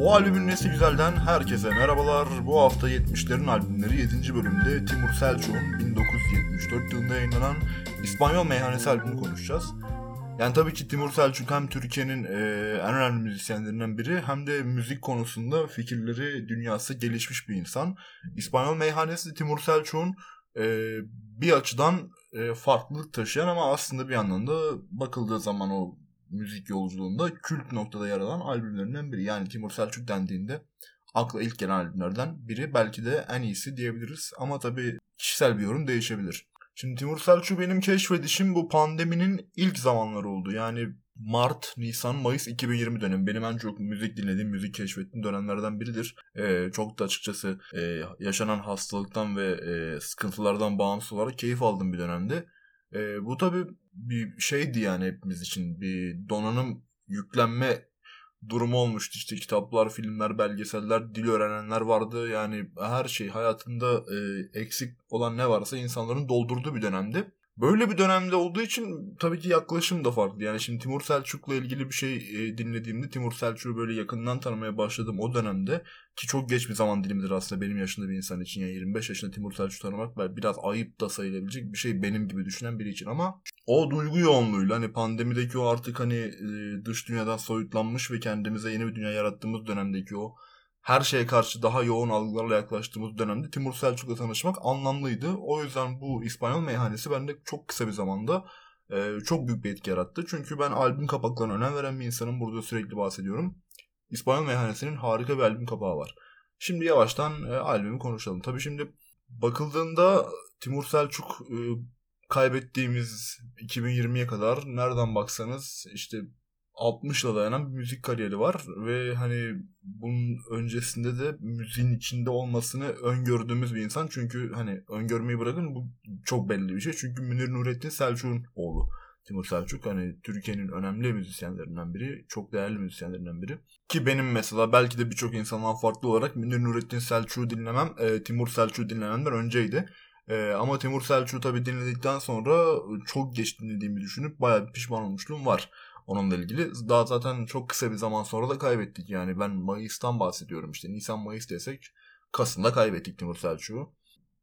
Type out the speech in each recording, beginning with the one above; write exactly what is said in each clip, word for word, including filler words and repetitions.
O albümün nesi güzelden herkese merhabalar. Bu hafta yetmişlerin albümleri yedinci bölümde Timur Selçuk'un bin dokuz yüz yetmiş dört yılında yayınlanan İspanyol Meyhanesi albümünü konuşacağız. Yani tabii ki Timur Selçuk hem Türkiye'nin e, en önemli müzisyenlerinden biri hem de müzik konusunda fikirleri, dünyası gelişmiş bir insan. İspanyol Meyhanesi Timur Selçuk'un e, bir açıdan e, farklılık taşıyan ama aslında bir yandan da bakıldığı zaman o müzik yolculuğunda kült noktada yer alan albümlerinden biri. Yani Timur Selçuk dendiğinde akla ilk gelen albümlerden biri. Belki de en iyisi diyebiliriz. Ama tabii kişisel bir yorum değişebilir. Şimdi Timur Selçuk benim keşfedişim bu pandeminin ilk zamanları oldu. Yani Mart, Nisan, Mayıs iki bin yirmi dönemi. Benim en çok müzik dinlediğim, müzik keşfettiğim dönemlerden biridir. Ee, çok da açıkçası e, yaşanan hastalıktan ve e, sıkıntılardan bağımsız olarak keyif aldığım bir dönemde. Ee, bu tabii bir şeydi yani hepimiz için. Bir donanım yüklenme durumu olmuştu. İşte kitaplar, filmler, belgeseller, dil öğrenenler vardı. Yani her şey hayatında e, eksik olan ne varsa insanların doldurduğu bir dönemdi. Böyle bir dönemde olduğu için tabii ki yaklaşım da farklı. Yani şimdi Timur Selçuk'la ilgili bir şey e, dinlediğimde Timur Selçuk'u böyle yakından tanımaya başladım o dönemde. Ki çok geç bir zaman dilimidir aslında benim yaşında bir insan için. Yani yirmi beş yaşında Timur Selçuk'u tanımak biraz ayıp da sayılabilecek bir şey benim gibi düşünen biri için. Ama o duygu yoğunluğuyla hani pandemideki o artık hani e, dış dünyadan soyutlanmış ve kendimize yeni bir dünya yarattığımız dönemdeki o her şeye karşı daha yoğun algılarla yaklaştığımız dönemde Timur Selçuk'la tanışmak anlamlıydı. O yüzden bu İspanyol Meyhanesi bende çok kısa bir zamanda e, çok büyük bir etki yarattı. Çünkü ben albüm kapaklarına önem veren bir insanım. Burada sürekli bahsediyorum. İspanyol Meyhanesi'nin harika bir albüm kapağı var. Şimdi yavaştan e, albümü konuşalım. Tabii şimdi bakıldığında Timur Selçuk e, kaybettiğimiz iki bin yirmiye kadar nereden baksanız işte altmış yıla dayanan bir müzik kariyeri var ve hani bunun öncesinde de müziğin içinde olmasını öngördüğümüz bir insan. Çünkü hani öngörmeyi bırakın bu çok belli bir şey. Çünkü Münir Nurettin Selçuk'un oğlu Timur Selçuk hani Türkiye'nin önemli müzisyenlerinden biri, çok değerli müzisyenlerinden biri. Ki benim mesela belki de birçok insandan farklı olarak Münir Nurettin Selçuk'u dinlemem, e, Timur Selçuk'u dinlememden önceydi. Ee, ama Timur Selçuk'u tabii dinledikten sonra çok geç dinlediğimi düşünüp bayağı bir pişman olmuşluğum var onunla ilgili. Daha zaten çok kısa bir zaman sonra da kaybettik. Yani ben Mayıs'tan bahsediyorum işte. Nisan Mayıs desek Kasım'da kaybettik Timur Selçuk'u.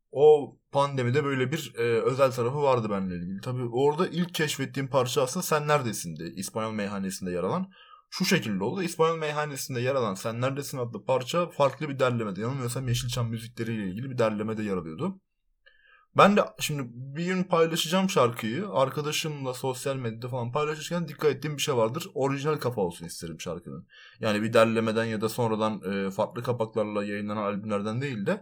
O pandemide böyle bir e, özel tarafı vardı benimle ilgili. Tabii orada ilk keşfettiğim parça aslında Sen Neredesin'di. İspanyol Meyhanesi'nde yer alan. Şu şekilde oldu. İspanyol Meyhanesi'nde yer alan Sen Neredesin adlı parça farklı bir derlemede. Yanılmıyorsam Yeşilçam müzikleriyle ilgili bir derlemede yer alıyordu. Ben de şimdi bir gün paylaşacağım şarkıyı. Arkadaşımla sosyal medyada falan paylaşırken dikkat ettiğim bir şey vardır. Orijinal kapağı olsun isterim şarkının. Yani bir derlemeden ya da sonradan e, farklı kapaklarla yayınlanan albümlerden değil de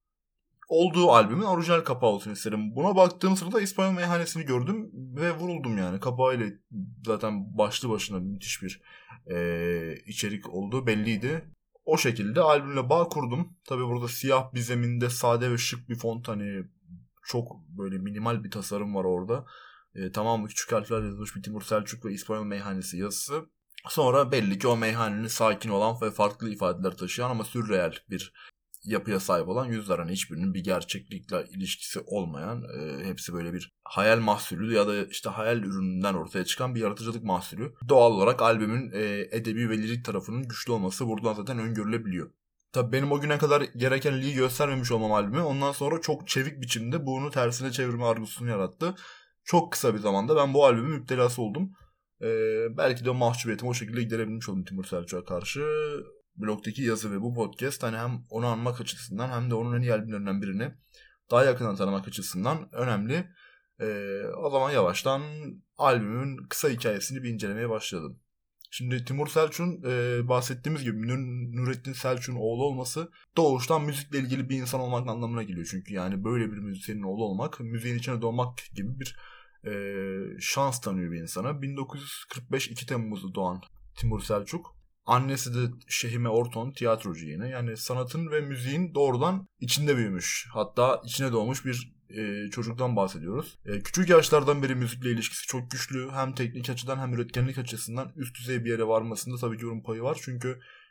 olduğu albümün orijinal kapağı olsun isterim. Buna baktığım sırada İspanyol Meyhanesi'ni gördüm ve vuruldum yani. Kapağıyla zaten başlı başına müthiş bir e, içerik olduğu belliydi. O şekilde albümle bağ kurdum. Tabii burada siyah bir zeminde sade ve şık bir font, hani çok böyle minimal bir tasarım var orada. E, tamamı küçük harflerle yazılmış bir Timur Selçuk ve İspanyol Meyhanesi yazısı. Sonra belli ki o meyhanenin sakin olan ve farklı ifadeler taşıyan ama sürreel bir yapıya sahip olan yüzler. Hani hiçbirinin bir gerçeklikle ilişkisi olmayan, e, hepsi böyle bir hayal mahsulü ya da işte hayal ürününden ortaya çıkan bir yaratıcılık mahsulü. Doğal olarak albümün e, edebi ve lirik tarafının güçlü olması buradan zaten öngörülebiliyor. Tabii benim o güne kadar gereken ilgiyi göstermemiş olmam albümü ondan sonra çok çevik biçimde bunu tersine çevirme argusunu yarattı. Çok kısa bir zamanda ben bu albümün müptelası oldum. Ee, belki de o mahcubiyetimi o şekilde giderebilmiş oldum Timur Selçuk'a karşı. Blogdaki yazı ve bu podcast hani hem onu anmak açısından hem de onun en iyi albümlerinden birini daha yakından tanımak açısından önemli. Ee, o zaman yavaştan albümün kısa hikayesini bir incelemeye başladım. Şimdi Timur Selçuk'un e, bahsettiğimiz gibi Münir Nurettin Selçuk'un oğlu olması doğuştan müzikle ilgili bir insan olmak anlamına geliyor. Çünkü yani böyle bir müzisyenin oğlu olmak, müziğin içine doğmak gibi bir e, şans tanıyor bir insana. bin dokuz yüz kırk beş iki Temmuz'da doğan Timur Selçuk. Annesi de Şehime Orton, tiyatrocu yine. Yani sanatın ve müziğin doğrudan içinde büyümüş. Hatta içine doğmuş bir e, çocuktan bahsediyoruz. E, küçük yaşlardan beri müzikle ilişkisi çok güçlü. Hem teknik açıdan hem üretkenlik açısından üst düzey bir yere varmasında tabii ki onun payı var. Çünkü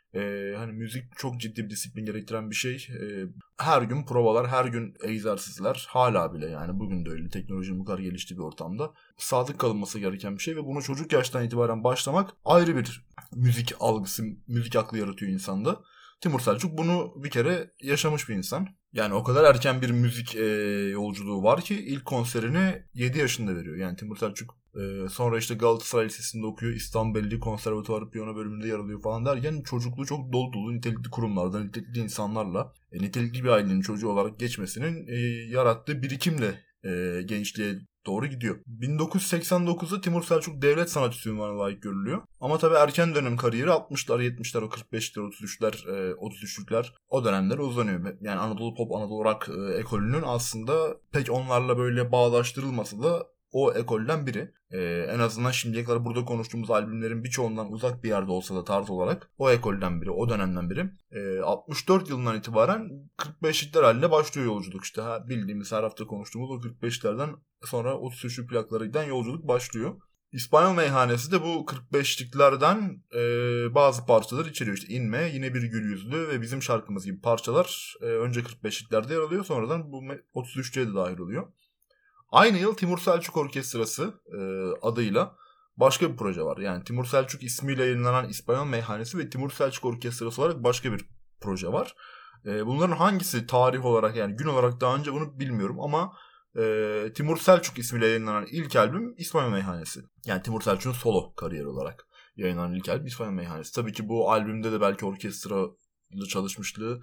Ee, hani müzik çok ciddi bir disiplin gerektiren bir şey. Ee, her gün provalar, her gün egzersizler, hala bile yani bugün de öyle, teknolojinin bu kadar geliştiği bir ortamda sadık kalınması gereken bir şey ve bunu çocuk yaştan itibaren başlamak ayrı bir müzik algısı, müzik aklı yaratıyor insanda. Timur Selçuk bunu bir kere yaşamış bir insan. Yani o kadar erken bir müzik e, yolculuğu var ki ilk konserini yedi yaşında veriyor. Yani Timur Selçuk e, sonra işte Galatasaray Lisesi'nde okuyor. İstanbul Belediye Konservatuvarı piyano bölümünde yer alıyor falan derken çocukluğu çok dolu dolu nitelikli kurumlardan, nitelikli insanlarla, e, nitelikli bir ailenin çocuğu olarak geçmesinin e, yarattığı birikimle e, gençliğe doğru gidiyor. bin dokuz yüz seksen dokuzda Timur Selçuk devlet sanatçısı unvanına layık görülüyor. Ama tabii erken dönem kariyeri altmışlar, yetmişler, o kırk beşler, otuz üçler, otuz üçlükler o dönemler uzanıyor. Yani Anadolu Pop, Anadolu Rock ekolünün aslında pek onlarla böyle bağdaştırılması da o ekolden biri. Ee, en azından şimdiye kadar burada konuştuğumuz albümlerin birçoğundan uzak bir yerde olsa da tarz olarak o ekolden biri, o dönemden biri. Ee, altmış dört yılından itibaren kırk beşlikler haline başlıyor yolculuk işte. Ha, bildiğimiz her hafta konuştuğumuz o kırk beşlerden sonra otuz üçlü plaklara giden yolculuk başlıyor. İspanyol Meyhanesi de bu kırk beşliklerden e, bazı parçalar içeriyor. İşte İnme, Yine Bir Gül Yüzlü ve Bizim Şarkımız gibi parçalar e, önce kırk beşliklerde yer alıyor, sonradan bu otuz üçlüye de dahil oluyor. Aynı yıl Timur Selçuk Orkestrası e, adıyla başka bir proje var. Yani Timur Selçuk ismiyle yayınlanan İspanyol Meyhanesi ve Timur Selçuk Orkestrası olarak başka bir proje var. E, bunların hangisi tarih olarak, yani gün olarak daha önce bunu bilmiyorum ama e, Timur Selçuk ismiyle yayınlanan ilk albüm İspanyol Meyhanesi. Yani Timur Selçuk'un solo kariyeri olarak yayınlanan ilk albüm İspanyol Meyhanesi. Tabii ki bu albümde de belki orkestralı çalışmışlığı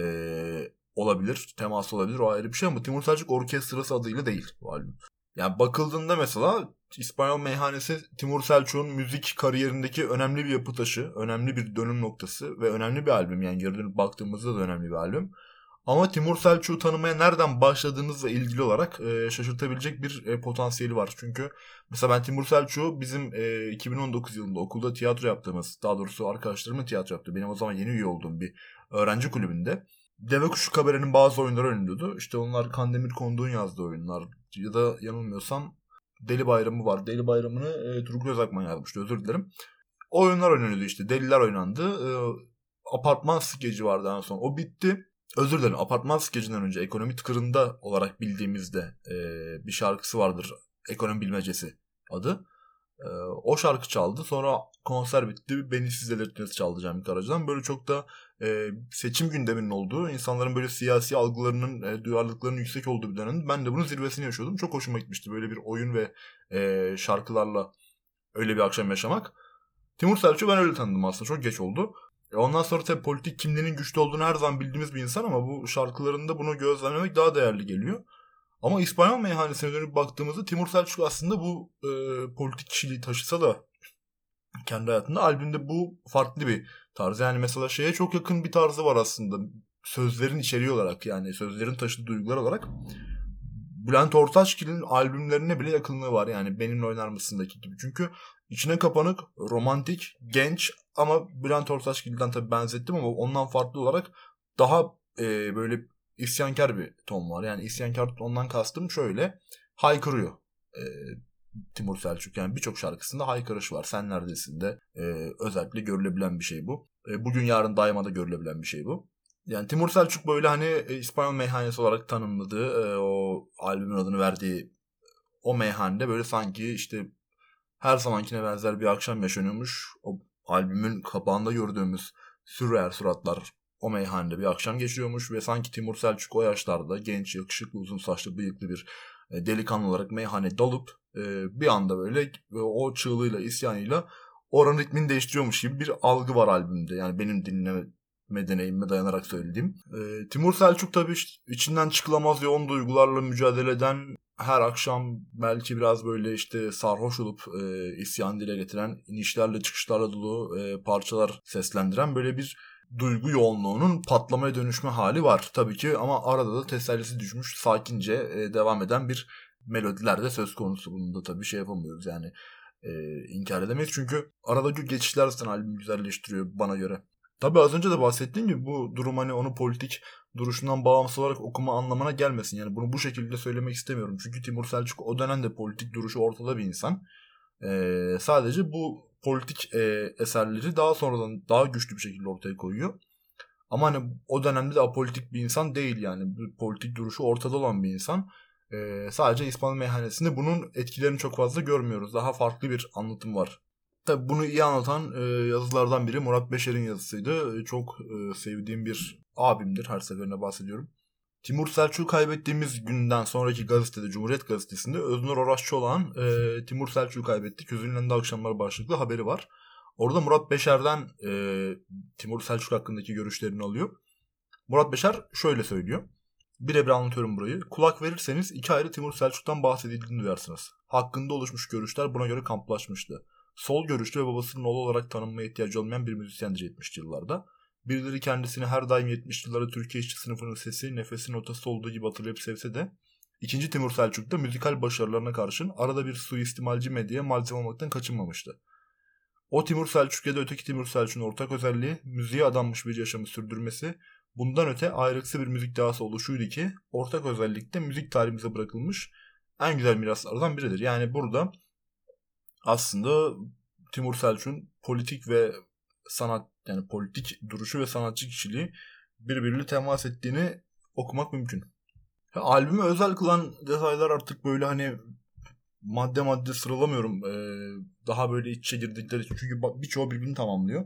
e, olabilir, teması olabilir, o ayrı bir şey ama Timur Selçuk Orkestrası adıyla değil bu albüm. Yani bakıldığında mesela İspanyol Meyhanesi Timur Selçuk'un müzik kariyerindeki önemli bir yapı taşı, önemli bir dönüm noktası ve önemli bir albüm. Yani geri dönüp baktığımızda da önemli bir albüm. Ama Timur Selçuk'u tanımaya nereden başladığınızla ilgili olarak e, şaşırtabilecek bir e, potansiyeli var. Çünkü mesela ben Timur Selçuk'u bizim e, iki bin on dokuz yılında okulda tiyatro yaptığımız, daha doğrusu arkadaşlarımın tiyatro yaptığı, benim o zaman yeni üye olduğum bir öğrenci kulübünde Deve Kuşu Kabere'nin bazı oyunları oynanıyordu. İşte onlar Kandemir Konduğ'un yazdığı oyunlar ya da yanılmıyorsam Deli Bayramı var. Deli Bayramı'nı e, Turgut Özakman yazmıştı, özür dilerim. O oyunlar oynanıyordu işte. Deliler oynandı. E, apartman skeci vardı en son. O bitti. Özür dilerim, apartman skecinden önce Ekonomi Tıkırında olarak bildiğimizde e, bir şarkısı vardır. Ekonomi Bilmecesi adı. E, o şarkı çaldı. Sonra konser bitti. Beni Siz Delirttiniz çaldı Cem Karaca'dan. Böyle çok da e, seçim gündeminin olduğu, insanların böyle siyasi algılarının, e, duyarlılıklarının yüksek olduğu bir dönemde ben de bunun zirvesini yaşıyordum. Çok hoşuma gitmişti böyle bir oyun ve e, şarkılarla öyle bir akşam yaşamak. Timur Selçuk'u ben öyle tanıdım aslında. Çok geç oldu. Ondan sonra tabii politik kimliğinin güçlü olduğunu her zaman bildiğimiz bir insan ama bu şarkılarında bunu gözlemlemek daha değerli geliyor. Ama İspanyol Meyhanesi'ne dönüp baktığımızda Timur Selçuk aslında bu e, politik kişiliği taşısa da kendi hayatında albümde bu farklı bir tarz. Yani mesela şeye çok yakın bir tarzı var aslında. Sözlerin içeriği olarak, yani sözlerin taşıdığı duygular olarak. Bülent Ortaçgil'in albümlerine bile yakınlığı var. Yani Benimle Oynar Mısın'daki gibi. Çünkü içine kapanık, romantik, genç ama Bülent Ortaçgil'den tabii benzettim ama ondan farklı olarak daha e, böyle isyankar bir ton var. Yani isyankar tondan kastım şöyle. Haykırıyor e, Timur Selçuk. Yani birçok şarkısında haykırış var. Sen Neredesin de e, özellikle görülebilen bir şey bu. E, Bugün Yarın Daima da görülebilen bir şey bu. Yani Timur Selçuk böyle hani e, İspanyol Meyhanesi olarak tanımladığı, e, o albümün adını verdiği o meyhanede böyle sanki işte her zamankine benzer bir akşam yaşanıyormuş. O albümün kapağında gördüğümüz sürreal suratlar o meyhanede bir akşam geçiriyormuş ve sanki Timur Selçuk o yaşlarda genç, yakışıklı, uzun saçlı, bıyıklı bir e, delikanlı olarak meyhaneye dalıp e, bir anda böyle e, o çığlığıyla, isyanıyla oranın ritmini değiştiriyormuş gibi bir algı var albümde. Yani benim dinleme deneyimime dayanarak söylediğim. E, Timur Selçuk tabii içinden çıkılamaz yoğun duygularla mücadele eden, her akşam belki biraz böyle işte sarhoş olup e, isyan dile getiren, inişlerle çıkışlarla dolu e, parçalar seslendiren böyle bir duygu yoğunluğunun patlamaya dönüşme hali var tabii ki, ama arada da tesellisi düşmüş, sakince e, devam eden bir melodiler de söz konusu. Bunu da tabii şey yapamıyoruz yani e, inkar edemeyiz çünkü aradaki geçişler zaten albümü güzelleştiriyor bana göre. Tabii az önce de bahsettiğim gibi bu durum hani onu politik duruşundan bağımsız olarak okuma anlamına gelmesin. Yani bunu bu şekilde söylemek istemiyorum. Çünkü Timur Selçuk o dönemde politik duruşu ortada bir insan. Ee, sadece bu politik e, eserleri daha sonradan daha güçlü bir şekilde ortaya koyuyor. Ama hani o dönemde de apolitik bir insan değil yani. Bir politik duruşu ortada olan bir insan. Ee, sadece İspanyol meyhanesinde bunun etkilerini çok fazla görmüyoruz. Daha farklı bir anlatım var. Tabii bunu iyi anlatan e, yazılardan biri Murat Beşer'in yazısıydı. E, çok e, sevdiğim bir abimdir. Her seferinde bahsediyorum. Timur Selçuk'u kaybettiğimiz günden sonraki gazetede, Cumhuriyet Gazetesi'nde Öznur Oraşçı olan e, Timur Selçuk'u kaybettik. Hüzünlendi akşamlar başlıklı haberi var. Orada Murat Beşer'den e, Timur Selçuk hakkındaki görüşlerini alıyor. Murat Beşer şöyle söylüyor. Birebir anlatıyorum burayı. Kulak verirseniz iki ayrı Timur Selçuk'tan bahsedildiğini duyarsınız. Hakkında oluşmuş görüşler buna göre kamplaşmıştı. Sol görüşlü ve babasının oğlu olarak tanınmaya ihtiyacı olmayan bir müzisyendir yetmişli yıllarda. Birileri kendisini her daim yetmişli yıllarda Türkiye işçi sınıfının sesi, nefesin notası olduğu gibi hatırlayıp sevse de ikinci Timur Selçuk'ta müzikal başarılarına karşın arada bir suistimalci medyaya malzeme olmaktan kaçınmamıştı. O Timur Selçuk ya da öteki Timur Selçuk'un ortak özelliği müziğe adanmış bir yaşamı sürdürmesi, bundan öte ayrıksı bir müzik dahası oluşuydu ki ortak özellikte müzik tarihimize bırakılmış en güzel miraslardan biridir. Yani burada aslında Timur Selçuk'un politik ve sanat yani politik duruşu ve sanatçı kişiliği birbiriyle temas ettiğini okumak mümkün. Ya, albümü özel kılan detaylar artık böyle hani madde madde sıralamıyorum. Ee, daha böyle iç içe girdikleri için. Çünkü birçoğu birbirini tamamlıyor.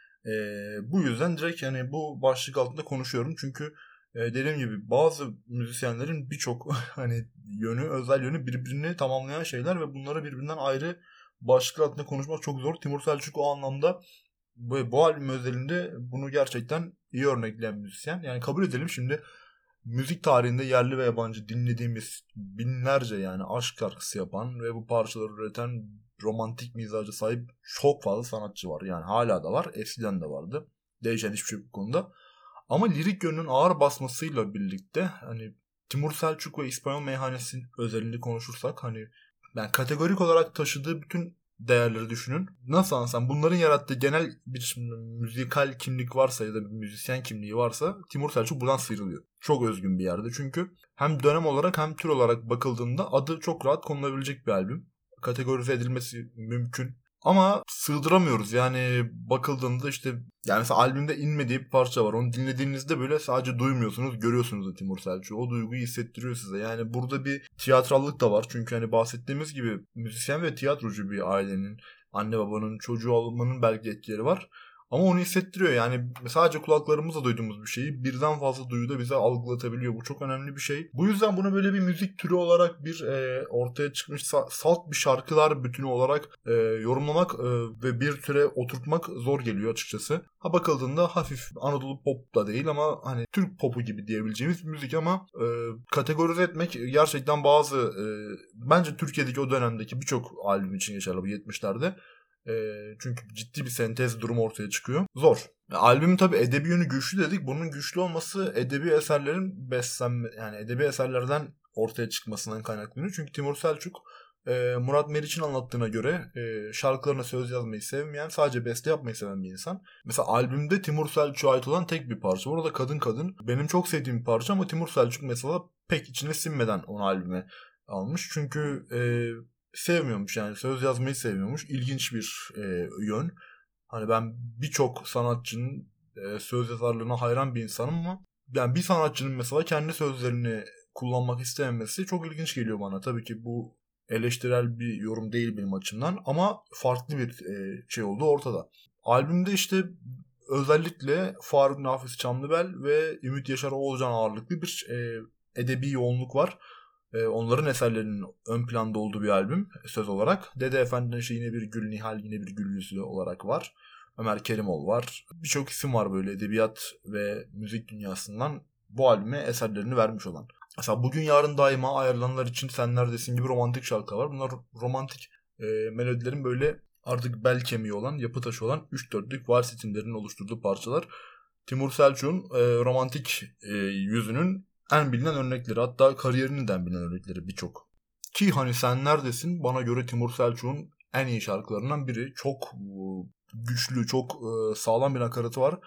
Ee, bu yüzden direkt yani bu başlık altında konuşuyorum. Çünkü e, dediğim gibi bazı müzisyenlerin birçok hani yönü, özel yönü birbirini tamamlayan şeyler ve bunları birbirinden ayrı başlık altında konuşmak çok zor. Timur Selçuk o anlamda bu, bu albüm özelinde bunu gerçekten iyi örnekleyen müzisyen. Yani kabul edelim şimdi müzik tarihinde yerli ve yabancı dinlediğimiz binlerce yani aşk şarkısı yapan ve bu parçaları üreten romantik mizaca sahip çok fazla sanatçı var. Yani hala da var. Eskiden de vardı. Değişen hiçbir şey bu konuda. Ama lirik yönünün ağır basmasıyla birlikte hani Timur Selçuk ve İspanyol Meyhanesi özelinde konuşursak hani yani kategorik olarak taşıdığı bütün değerleri düşünün. Nasıl anlatsam bunların yarattığı genel bir müzikal kimlik varsa ya da bir müzisyen kimliği varsa Timur Selçuk buradan sıyrılıyor. Çok özgün bir yerde çünkü hem dönem olarak hem tür olarak bakıldığında adı çok rahat konulabilecek bir albüm. Kategorize edilmesi mümkün. Ama sığdıramıyoruz yani bakıldığında işte yani mesela albümde inmediği bir parça var. Onu dinlediğinizde böyle sadece duymuyorsunuz, görüyorsunuz da Timur Selçuk'u. O duyguyu hissettiriyor size. Yani burada bir tiyatrallık da var. Çünkü hani bahsettiğimiz gibi müzisyen ve tiyatrocu bir ailenin, anne babanın, çocuğu olmanın belki etkileri var. Ama onu hissettiriyor yani sadece kulaklarımızla duyduğumuz bir şeyi birden fazla duyuda bize algılatabiliyor. Bu çok önemli bir şey. Bu yüzden bunu böyle bir müzik türü olarak bir e, ortaya çıkmış salt bir şarkılar bütünü olarak e, yorumlamak e, ve bir türe oturtmak zor geliyor açıkçası. Ha bakıldığında hafif Anadolu pop da değil ama hani Türk popu gibi diyebileceğimiz bir müzik ama e, kategorize etmek gerçekten bazı e, bence Türkiye'deki o dönemdeki birçok albüm için geçerli bu yetmişlerde. E, çünkü ciddi bir sentez durumu ortaya çıkıyor. Zor. E, albümün tabii edebi yönü güçlü dedik. Bunun güçlü olması edebi eserlerin beslenme yani edebi eserlerden ortaya çıkmasından kaynaklanıyor. Çünkü Timur Selçuk e, Murat Meriç'in anlattığına göre e, şarkılarına söz yazmayı sevmeyen, sadece beste yapmayı seven bir insan. Mesela albümde Timur Selçuk'a ait olan tek bir parça. Orada Kadın Kadın benim çok sevdiğim bir parça ama Timur Selçuk mesela pek içine sinmeden onu albüme almış. Çünkü e, sevmiyormuş yani söz yazmayı sevmiyormuş. İlginç bir e, yön. Hani ben birçok sanatçının e, söz yazarlığına hayran bir insanım ama yani bir sanatçının mesela kendi sözlerini kullanmak istememesi çok ilginç geliyor bana. Tabii ki bu eleştirel bir yorum değil benim açımdan ama farklı bir e, şey olduğu ortada. Albümde işte özellikle Faruk Nafiz Çamlıbel ve Ümit Yaşar Oğulcan ağırlıklı bir e, edebi yoğunluk var. Ee, onların eserlerinin ön planda olduğu bir albüm söz olarak. Dede Efendi'nin işte yine bir gül, Nihal yine bir gül yüzlü olarak var. Ömer Kerimol var. Birçok isim var böyle edebiyat ve müzik dünyasından bu albüme eserlerini vermiş olan. Mesela Bugün Yarın Daima, Ayrılanlar için Sen Neredesin gibi romantik şarkılar var. Bunlar romantik e, melodilerin böyle artık bel kemiği olan, yapı taşı olan üç dörtlük vals ritimlerinin oluşturduğu parçalar. Timur Selçuk'un e, romantik e, yüzünün en bilinen örnekleri, hatta kariyerinin de en bilinen örnekleri birçok. Ki hani Sen Neredesin bana göre Timur Selçuk'un en iyi şarkılarından biri. Çok güçlü, çok sağlam bir nakaratı var.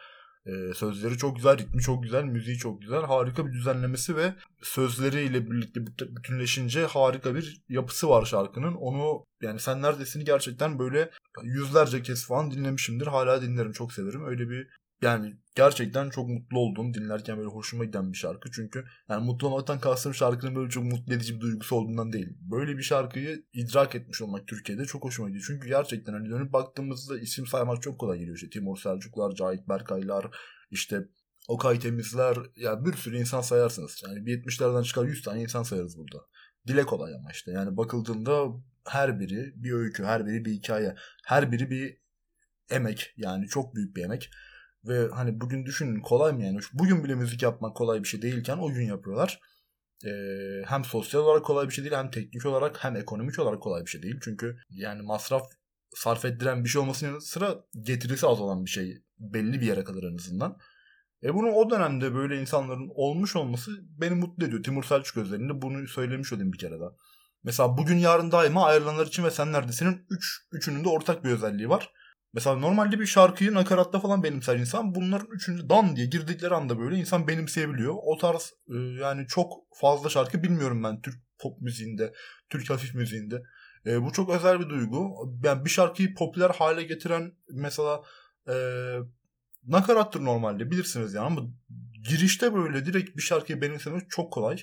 Ee, sözleri çok güzel, ritmi çok güzel, müziği çok güzel. Harika bir düzenlemesi ve sözleriyle birlikte bütünleşince harika bir yapısı var şarkının. Onu yani Sen Neredesin'i gerçekten böyle yüzlerce kez falan dinlemişimdir. Hala dinlerim, çok severim. Öyle bir yani gerçekten çok mutlu oldum dinlerken, böyle hoşuma giden bir şarkı. Çünkü yani mutlu olmaktan kastım şarkının böyle çok mutlu edici bir duygusu olduğundan değil. Böyle bir şarkıyı idrak etmiş olmak Türkiye'de çok hoşuma gidiyor. Çünkü gerçekten hani dönüp baktığımızda isim saymak çok kolay geliyor. İşte Timur Selçuklar, Cahit Berkaylar, işte Okay Temizler, ya bir sürü insan sayarsınız. Yani bir yetmişlerden çıkar yüz tane insan sayarız burada. Dile kolay ama işte yani bakıldığında her biri bir öykü, her biri bir hikaye, her biri bir emek, yani çok büyük bir emek. Ve hani bugün düşünün, kolay mı yani? Bugün bile müzik yapmak kolay bir şey değilken o gün yapıyorlar. Ee, hem sosyal olarak kolay bir şey değil, hem teknik olarak hem ekonomik olarak kolay bir şey değil. Çünkü yani masraf sarf ettiren bir şey olmasının yanı sıra getirisi az olan bir şey, belli bir yere kadar en azından. E bunu o dönemde böyle insanların olmuş olması beni mutlu ediyor. Timur Selçuk özelinde bunu söylemiş olayım bir kere daha. Mesela Bugün Yarın Daima, Ayrılanlar için ve Sen Neredesin'in üç, üçünün de ortak bir özelliği var. Mesela normalde bir şarkıyı nakaratta falan benimser insan, bunların üçüncü dan diye girdikleri anda böyle insan benimseyebiliyor. O tarz e, yani çok fazla şarkı bilmiyorum ben Türk pop müziğinde, Türk hafif müziğinde. E, bu çok özel bir duygu. Yani bir şarkıyı popüler hale getiren mesela e, nakarattır normalde, bilirsiniz yani, ama girişte böyle direkt bir şarkıyı benimsemek çok kolay.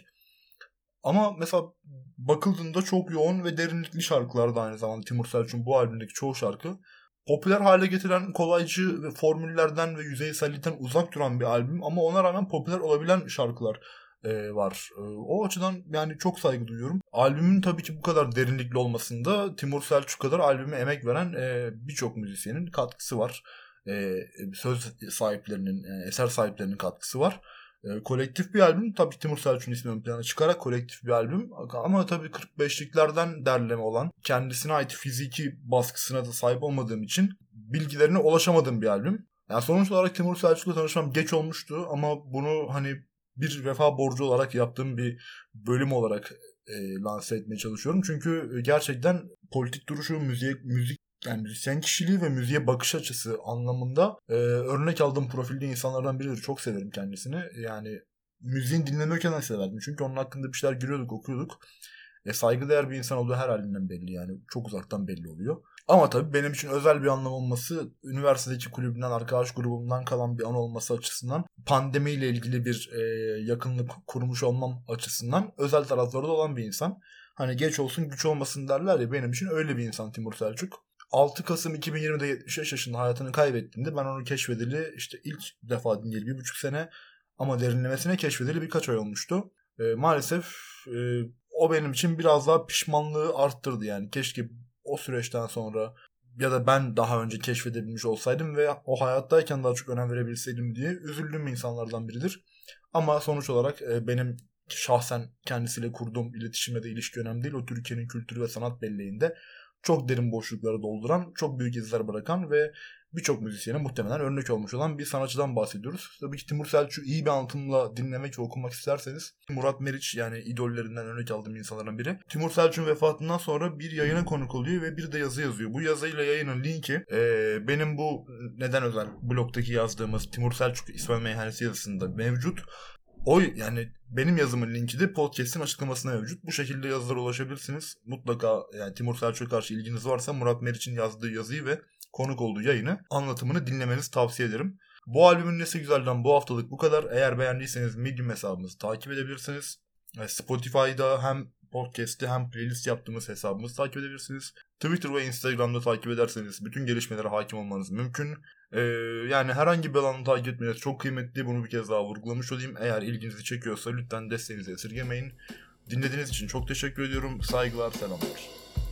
Ama mesela bakıldığında çok yoğun ve derinlikli şarkılar da aynı zamanda Timur Selçuk'un bu albümdeki çoğu şarkı. Popüler hale getiren kolaycı ve formüllerden ve yüzeysellikten uzak duran bir albüm ama ona rağmen popüler olabilen şarkılar e, var. E, o açıdan yani çok saygı duyuyorum. Albümün tabii ki bu kadar derinlikli olmasında Timur Selçuk kadar albüme emek veren e, birçok müzisyenin katkısı var. E, söz sahiplerinin, e, eser sahiplerinin katkısı var. E, kolektif bir albüm. Tabii Timur Selçuk'un ismi ön plana çıkarak kolektif bir albüm. Ama tabii kırk beşliklerden derleme olan, kendisine ait fiziki baskısına da sahip olmadığım için bilgilerine ulaşamadığım bir albüm. Yani sonuç olarak Timur Selçuk'la tanışmam geç olmuştu ama bunu hani bir vefa borcu olarak yaptığım bir bölüm olarak e, lanse etmeye çalışıyorum. Çünkü gerçekten politik duruşu, müzik, müzik yani müzisyen kişiliği ve müziğe bakış açısı anlamında e, örnek aldığım profilde insanlardan biridir. Çok severim kendisini. Yani müziğin dinlemekten de severdim. Çünkü onun hakkında bir şeyler görüyorduk, okuyorduk. E, saygıdeğer bir insan olduğu her halinden belli yani. Çok uzaktan belli oluyor. Ama tabii benim için özel bir anlam olması, üniversitedeki kulübümden, arkadaş grubumdan kalan bir an olması açısından, pandemiyle ilgili bir e, yakınlık kurmuş olmam açısından özel tarafları da olan bir insan. Hani geç olsun güç olmasın derler ya, benim için öyle bir insan Timur Selçuk. altı Kasım iki bin yirmide yetmiş beş yaşında hayatını kaybettiğinde ben onu keşfedeli işte ilk defa dinleyeli bir buçuk sene ama derinlemesine keşfedeli birkaç ay olmuştu. E, maalesef e, o benim için biraz daha pişmanlığı arttırdı yani. Keşke o süreçten sonra ya da ben daha önce keşfedebilmiş olsaydım ve o hayattayken daha çok önem verebilseydim diye üzüldüğüm insanlardan biridir. Ama sonuç olarak e, benim şahsen kendisiyle kurduğum iletişime de ilişki önemli değil. O Türkiye'nin kültürü ve sanat belleğinde çok derin boşlukları dolduran, çok büyük izler bırakan ve birçok müzisyene muhtemelen örnek olmuş olan bir sanatçıdan bahsediyoruz. Tabii ki Timur Selçuk'u iyi bir anlatımla dinlemek ve okumak isterseniz Murat Meriç, yani idollerinden örnek aldığım insanlardan biri. Timur Selçuk'un vefatından sonra bir yayına konuk oluyor ve bir de yazı yazıyor. Bu yazıyla yayının linki e, benim bu Neden Özel blogdaki yazdığımız Timur Selçuk İsmail Meyhanesi yazısında mevcut. O yani benim yazımın linki de podcast'in açıklamasına mevcut. Bu şekilde yazılara ulaşabilirsiniz. Mutlaka yani Timur Selçuk'a karşı ilginiz varsa Murat Meriç'in yazdığı yazıyı ve konuk olduğu yayını, anlatımını dinlemenizi tavsiye ederim. Bu albümün nesi güzelden bu haftalık bu kadar. Eğer beğendiyseniz Medium hesabımızı takip edebilirsiniz. Spotify'da hem podcast'i hem playlist yaptığımız hesabımızı takip edebilirsiniz. Twitter ve Instagram'da takip ederseniz bütün gelişmelere hakim olmanız mümkün. Ee, yani herhangi bir alanı takip etmeniz çok kıymetli. Bunu bir kez daha vurgulamış olayım. Eğer ilginizi çekiyorsa lütfen desteğinizi esirgemeyin. Dinlediğiniz için çok teşekkür ediyorum. Saygılar, selamlar.